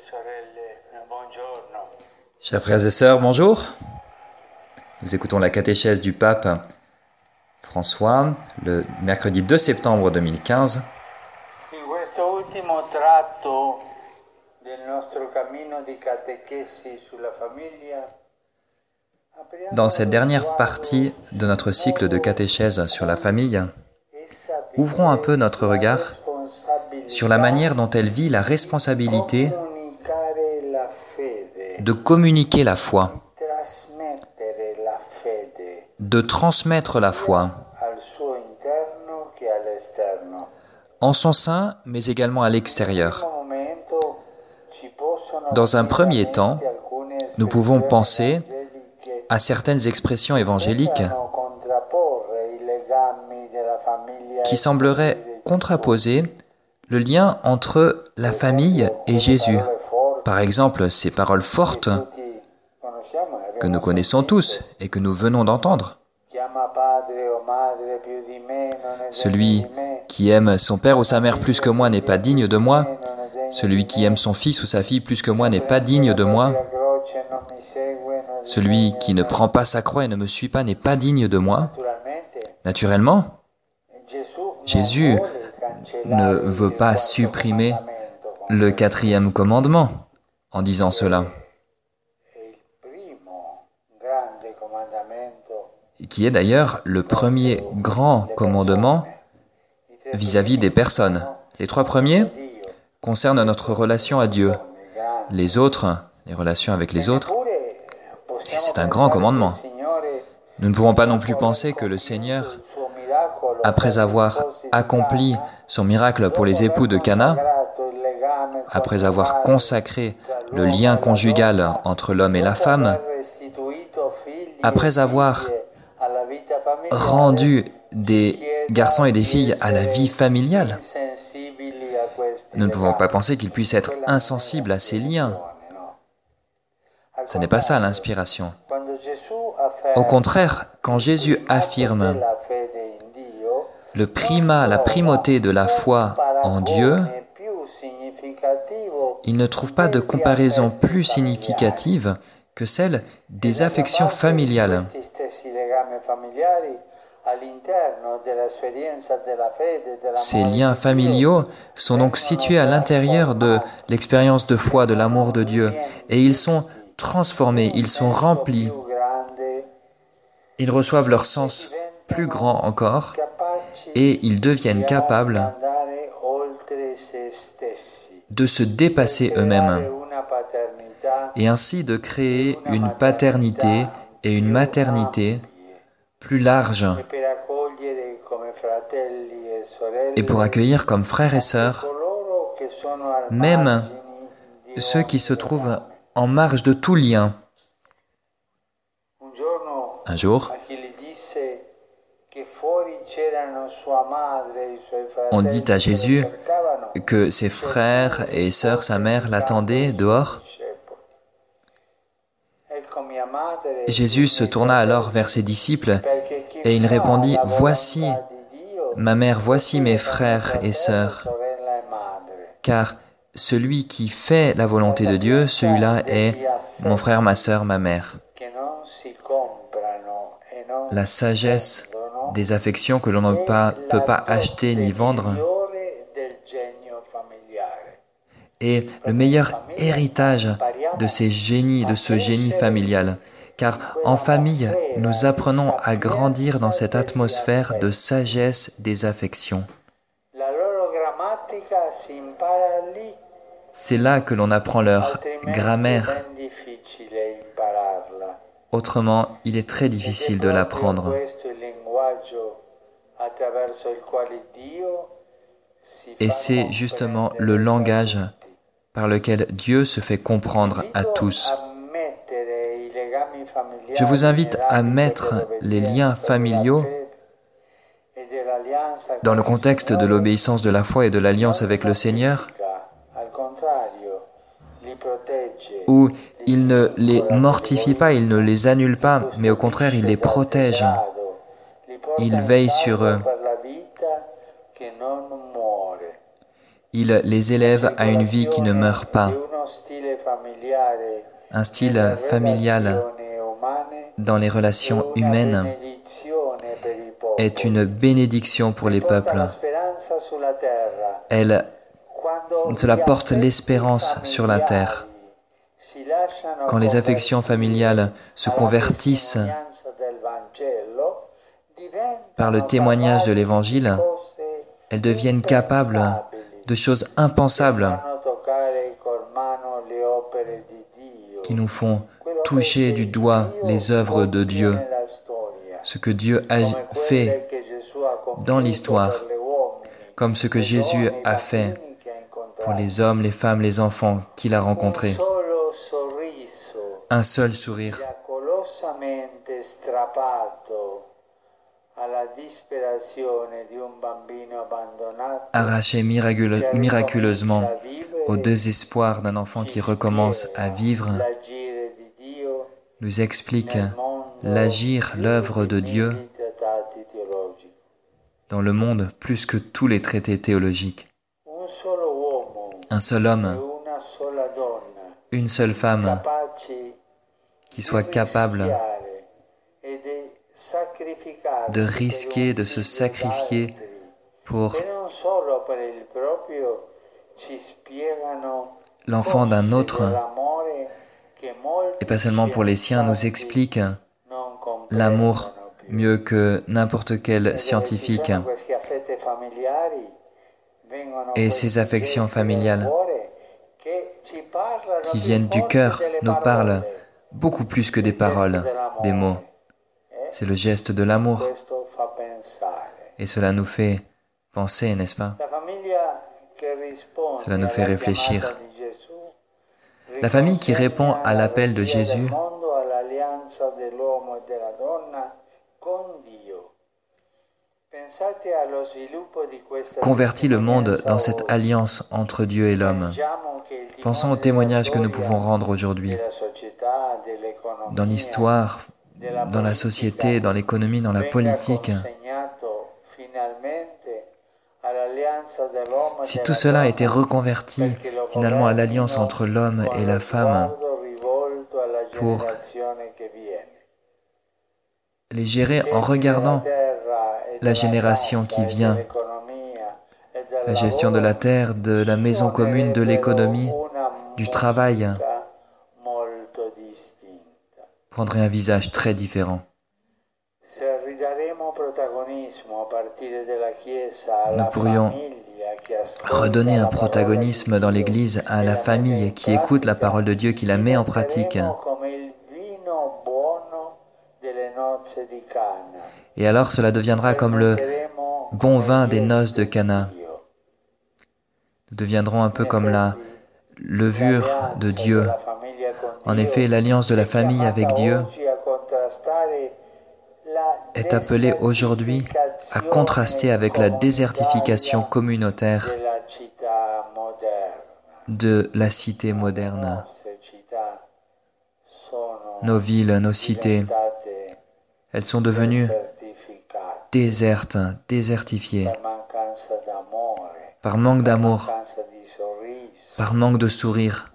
Chers frères et sœurs, bonjour. Nous écoutons la catéchèse du pape François le mercredi 2 septembre 2015. In questo ultimo tratto del nostro cammino di catechesi sulla famiglia, Dans cette dernière partie de notre cycle de catéchèse sur la famille, ouvrons un peu notre regard sur la manière dont elle vit la responsabilité de communiquer la foi, de transmettre la foi en son sein, mais également à l'extérieur. Dans un premier temps, nous pouvons penser à certaines expressions évangéliques qui sembleraient contraposer le lien entre la famille et Jésus. Par exemple, ces paroles fortes que nous connaissons tous et que nous venons d'entendre. Celui qui aime son père ou sa mère plus que moi n'est pas digne de moi. Celui qui aime son fils ou sa fille plus que moi n'est pas digne de moi. Celui qui ne prend pas sa croix et ne me suit pas n'est pas digne de moi. Naturellement, Jésus ne veut pas supprimer le 4e commandement en disant cela, qui est d'ailleurs le premier grand commandement vis-à-vis des personnes. Les 3 premiers concernent notre relation à Dieu. Les autres, les relations avec les autres, et c'est un grand commandement. Nous ne pouvons pas non plus penser que le Seigneur, après avoir accompli son miracle pour les époux de Cana, après avoir consacré le lien conjugal entre l'homme et la femme, après avoir rendu des garçons et des filles à la vie familiale, nous ne pouvons pas penser qu'il puisse être insensible à ces liens. Ce n'est pas ça l'inspiration. Au contraire, quand Jésus affirme le primat, la primauté de la foi en Dieu, il ne trouve pas de comparaison plus significative que celle des affections familiales. Ces liens familiaux sont donc situés à l'intérieur de l'expérience de foi, de l'amour de Dieu, et ils sont transformés, ils sont remplis. Ils reçoivent leur sens plus grand encore, et ils deviennent capables de se dépasser eux-mêmes, et ainsi de créer une paternité et une maternité plus larges, et pour accueillir comme frères et sœurs, même ceux qui se trouvent en marge de tout lien. Un jour, on dit à Jésus que ses frères et sœurs, sa mère, l'attendaient dehors. Jésus se tourna alors vers ses disciples et il répondit « Voici ma mère, voici mes frères et sœurs. » Car celui qui fait la volonté de Dieu, celui-là est mon frère, ma sœur, ma mère. La sagesse des affections que l'on ne peut pas acheter ni vendre est le meilleur héritage de ces génies, de ce génie familial. Car en famille, nous apprenons à grandir dans cette atmosphère de sagesse des affections. C'est là que l'on apprend leur grammaire. Autrement, il est très difficile de l'apprendre. Et c'est justement le langage par lequel Dieu se fait comprendre à tous. Je vous invite à mettre les liens familiaux dans le contexte de l'obéissance de la foi et de l'alliance avec le Seigneur, où il ne les mortifie pas, il ne les annule pas, mais au contraire, il les protège. Il veille sur eux. Il les élève à une vie qui ne meurt pas. Un style familial dans les relations humaines est une bénédiction pour les peuples. Cela porte l'espérance sur la terre. Quand les affections familiales se convertissent par le témoignage de l'Évangile, elles deviennent capables de choses impensables qui nous font toucher du doigt les œuvres de Dieu, ce que Dieu a fait dans l'histoire, comme ce que Jésus a fait pour les hommes, les femmes, les enfants qu'il a rencontrés. Un seul sourire, arraché miraculeusement au désespoir d'un enfant qui recommence à vivre, nous explique l'agir, l'œuvre de Dieu dans le monde plus que tous les traités théologiques. Un seul homme, une seule femme qui soit capable de risquer, de se sacrifier pour l'enfant d'un autre, et pas seulement pour les siens, nous explique l'amour mieux que n'importe quel scientifique. Et ces affections familiales qui viennent du cœur nous parlent beaucoup plus que des paroles, des mots. C'est le geste de l'amour. Et cela nous fait penser, n'est-ce pas? Cela nous fait réfléchir. La famille qui répond à l'appel de Jésus convertit le monde dans cette alliance entre Dieu et l'homme. Pensons au témoignage que nous pouvons rendre aujourd'hui dans l'histoire, dans la société, dans l'économie, dans la politique. Si tout cela a été reconverti finalement à l'alliance entre l'homme et la femme pour les gérer en regardant la génération qui vient, la gestion de la terre, de la maison commune, de l'économie, du travail, prendrait un visage très différent. Nous pourrions redonner un protagonisme dans l'Église à la famille qui écoute la parole de Dieu, qui la met en pratique. Et alors cela deviendra comme le bon vin des noces de Cana. Nous deviendrons un peu comme la levure de Dieu. En effet, l'alliance de la famille avec Dieu est appelée aujourd'hui à contraster avec la désertification communautaire de la cité moderne. Nos villes, nos cités, elles sont devenues désertes, désertifiées, par manque d'amour, par manque de sourire.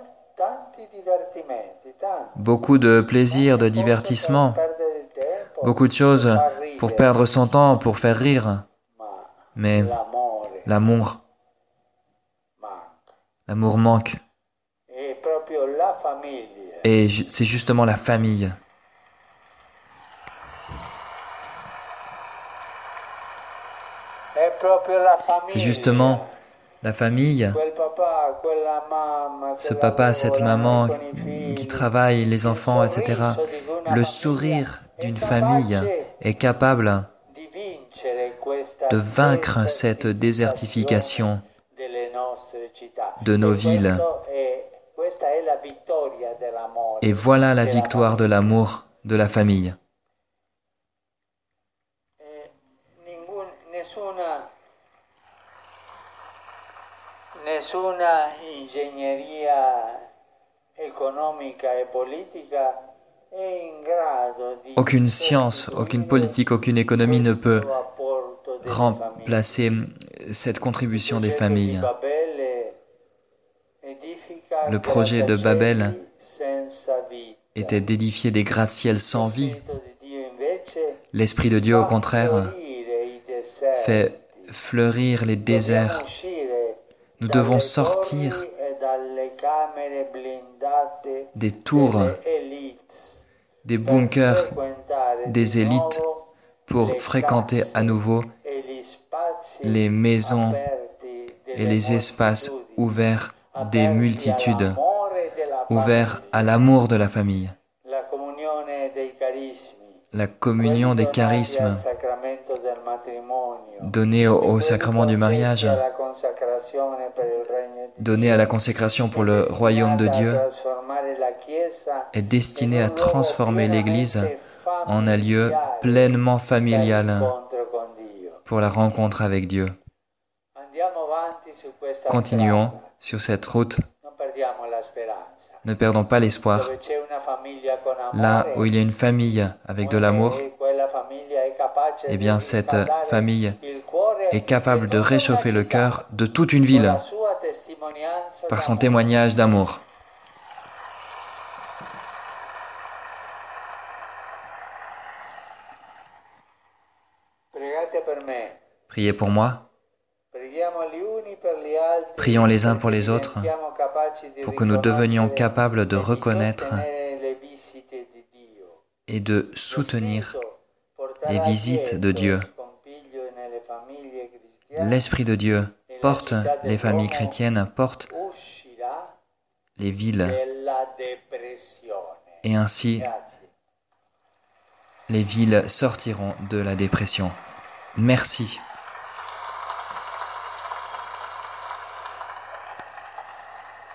Beaucoup de plaisir, de divertissement, beaucoup de choses pour perdre son temps, pour faire rire. Mais l'amour manque. Et c'est justement la famille. C'est justement la famille, ce papa, cette maman qui travaille, les enfants, etc. Le sourire d'une famille est capable de vaincre cette désertification de nos villes. Et voilà la victoire de l'amour de la famille. Nessuna ingegneria economica e politica è in grado di aucune science, aucune politique, aucune économie ne peut remplacer cette contribution des familles. Le projet de Babel était d'édifier des gratte-ciel sans vie. L'Esprit de Dieu, au contraire, fait fleurir les déserts. Nous devons sortir des tours, des bunkers, des élites pour fréquenter à nouveau les maisons et les espaces ouverts des multitudes, ouverts à l'amour de la famille, la communion des charismes, donnée au sacrement du mariage, donnée à la consécration pour le royaume de Dieu, est destinée à transformer l'Église en un lieu pleinement familial pour la rencontre avec Dieu. Continuons sur cette route. Ne perdons pas l'espoir. Là où il y a une famille avec de l'amour, eh bien cette famille est capable de réchauffer le cœur de toute une ville par son témoignage d'amour. Priez pour moi. Prions les uns pour les autres pour que nous devenions capables de reconnaître et de soutenir les visites de Dieu. L'Esprit de Dieu porte les familles chrétiennes, porte les villes, et ainsi les villes sortiront de la dépression. Merci.